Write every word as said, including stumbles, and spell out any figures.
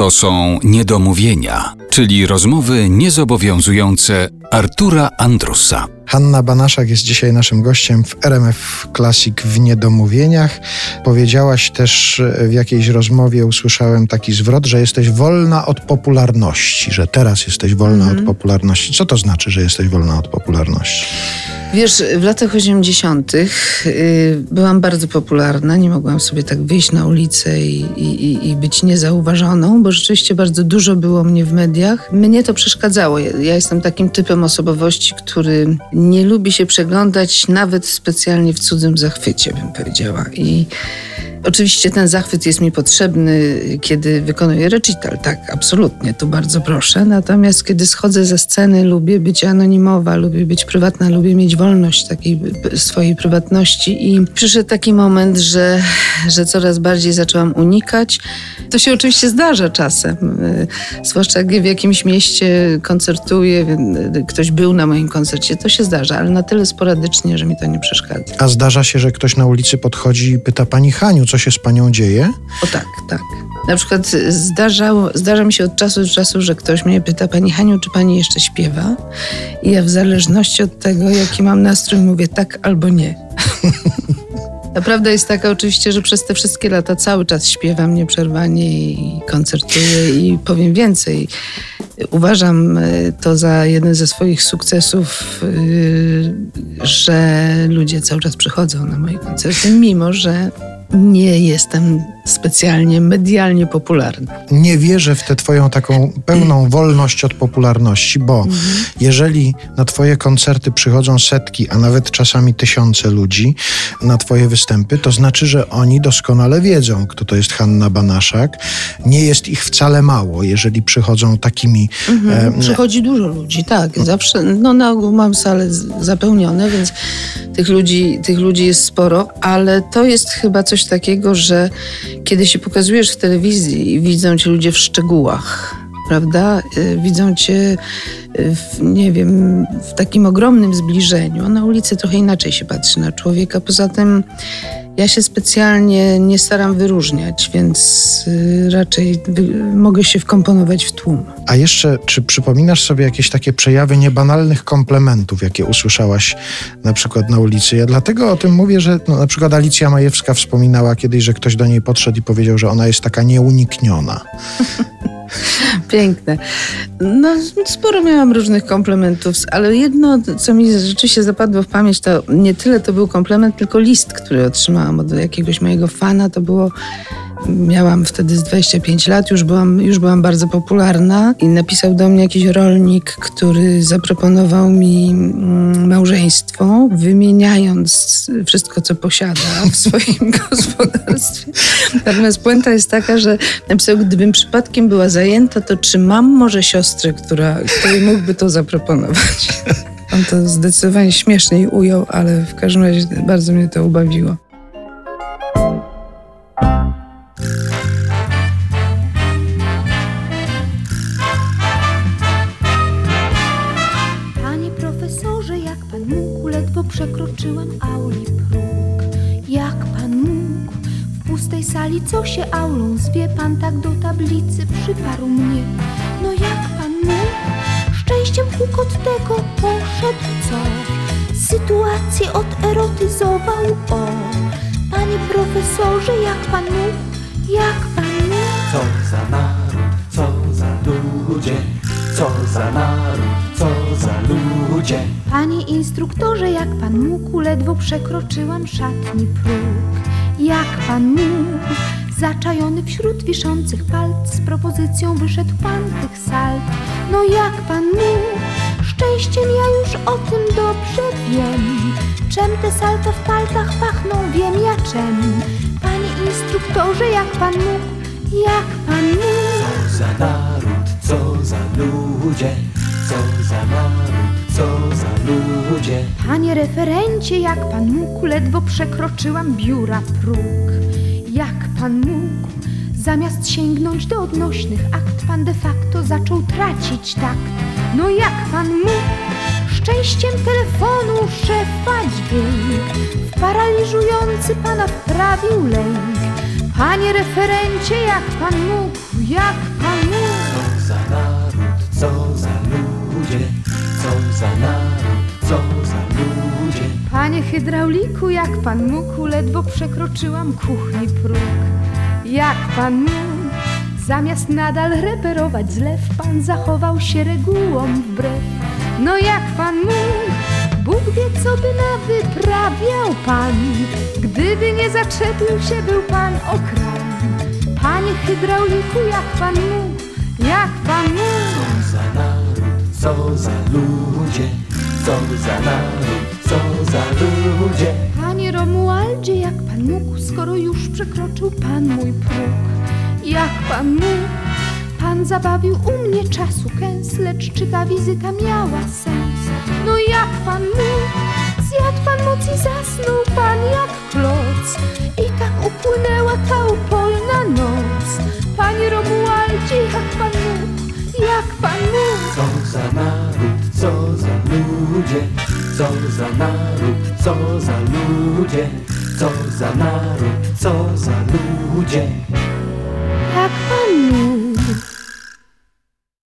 To są Niedomówienia, czyli rozmowy niezobowiązujące Artura Andrusa. Hanna Banaszak jest dzisiaj naszym gościem w R M F Classic w Niedomówieniach. Powiedziałaś też w jakiejś rozmowie, usłyszałem taki zwrot, że jesteś wolna od popularności, że teraz jesteś wolna mm. od popularności. Co to znaczy, że jesteś wolna od popularności? Wiesz, w latach osiemdziesiątych yy, byłam bardzo popularna, nie mogłam sobie tak wyjść na ulicę i, i, i być niezauważoną, bo rzeczywiście bardzo dużo było mnie w mediach. Mnie to przeszkadzało. Ja, ja jestem takim typem osobowości, który nie lubi się przeglądać nawet specjalnie w cudzym zachwycie, bym powiedziała. I oczywiście ten zachwyt jest mi potrzebny, kiedy wykonuję recital, tak, absolutnie, to bardzo proszę. Natomiast kiedy schodzę ze sceny, lubię być anonimowa, lubię być prywatna, lubię mieć wolność takiej swojej prywatności i przyszedł taki moment, że, że coraz bardziej zaczęłam unikać. To się oczywiście zdarza czasem, zwłaszcza jak w jakimś mieście koncertuję, ktoś był na moim koncercie, to się zdarza, ale na tyle sporadycznie, że mi to nie przeszkadza. A zdarza się, że ktoś na ulicy podchodzi i pyta: pani Haniu, co się z panią dzieje? O tak, tak. Na przykład zdarzało, zdarza mi się od czasu do czasu, że ktoś mnie pyta: pani Haniu, czy pani jeszcze śpiewa? I ja w zależności od tego, jaki mam nastrój, mówię tak albo nie. A prawda jest taka oczywiście, że przez te wszystkie lata cały czas śpiewam nieprzerwanie i koncertuję i powiem więcej. Uważam to za jeden ze swoich sukcesów, że ludzie cały czas przychodzą na moje koncerty, mimo że nie jestem specjalnie medialnie popularna. Nie wierzę w tę twoją taką pełną wolność od popularności, bo mhm. jeżeli na twoje koncerty przychodzą setki, a nawet czasami tysiące ludzi na twoje występy, to znaczy, że oni doskonale wiedzą, kto to jest Hanna Banaszak. Nie jest ich wcale mało, jeżeli przychodzą takimi... Mhm. E... Przychodzi dużo ludzi, tak. Zawsze, no na ogół mam sale zapełnione, więc tych ludzi, tych ludzi jest sporo, ale to jest chyba coś takiego, że kiedy się pokazujesz w telewizji i widzą cię ludzie w szczegółach, prawda? Widzą cię w, nie wiem, w takim ogromnym zbliżeniu. Na ulicy trochę inaczej się patrzy na człowieka. Poza tym ja się specjalnie nie staram wyróżniać, więc raczej mogę się wkomponować w tłum. A jeszcze, czy przypominasz sobie jakieś takie przejawy niebanalnych komplementów, jakie usłyszałaś na przykład na ulicy? Ja dlatego o tym mówię, że no, na przykład Alicja Majewska wspominała kiedyś, że ktoś do niej podszedł i powiedział, że ona jest taka nieunikniona. Piękne. No, sporo miałam różnych komplementów, ale jedno, co mi rzeczywiście zapadło w pamięć, to nie tyle to był komplement, tylko list, który otrzymałam od jakiegoś mojego fana. To było... Miałam wtedy z dwadzieścia pięć lat, już byłam, już byłam bardzo popularna i napisał do mnie jakiś rolnik, który zaproponował mi małżeństwo, wymieniając wszystko, co posiada w swoim gospodarstwie. Natomiast puenta jest taka, że napisał: gdybym przypadkiem była zajęta, to czy mam może siostrę, która, której mógłby to zaproponować? On to zdecydowanie śmieszniej ujął, ale w każdym razie bardzo mnie to ubawiło. Ledwo przekroczyłam auli próg. Jak pan mógł w pustej sali, co się aulą zwie, pan tak do tablicy przyparł mnie? No jak pan mógł? Szczęściem hukot tego poszedł, co sytuację oderotyzował. O, panie profesorze, jak pan mógł? Jak pan mógł? Co za naród, co za ludzie, co za naród, co za ludzie. Panie instruktorze, jak pan mógł? Ledwo przekroczyłam szatni próg. Jak pan mógł? Zaczajony wśród wiszących palc, z propozycją wyszedł pan tych salt. No jak pan mógł? Szczęściem ja już o tym dobrze wiem. Czem te salta w paltach pachną, wiem ja czem. Panie instruktorze, jak pan mógł? Jak pan mógł? Co za naród, co za ludzie, co za naród, co za ludzie. Panie referencie, jak pan mógł? Ledwo przekroczyłam biura próg. Jak pan mógł? Zamiast sięgnąć do odnośnych akt, pan de facto zaczął tracić takt. No jak pan mógł? Szczęściem telefonu szefa dźwięk w paraliżujący pana wprawił lęk. Panie referencie, jak pan mógł? Jak pan hydrauliku, jak pan mógł, ledwo przekroczyłam kuchni próg. Jak pan mógł, zamiast nadal reperować zlew, pan zachował się regułom wbrew. No jak pan mógł, Bóg wie, co by nawyprawiał pan, gdyby nie zaczepił się był pan o kraj. Panie hydrauliku, jak pan mógł, jak pan mógł. Co za naród, co za ludzie, co za naród, co za ludzie. Panie Romualdzie, jak pan mógł, skoro już przekroczył pan mój próg. Jak pan mógł, pan zabawił u mnie czasu kęs, lecz czy ta wizyta miała sens? No jak pan mógł, zjadł pan moc i zasnął pan jak kloc. I tak upłynęła ta upojna noc. Panie Romualdzie, jak pan mógł, jak pan mógł. Co za naród, co za ludzie, co za naród, co za ludzie, co za naród, co za ludzie.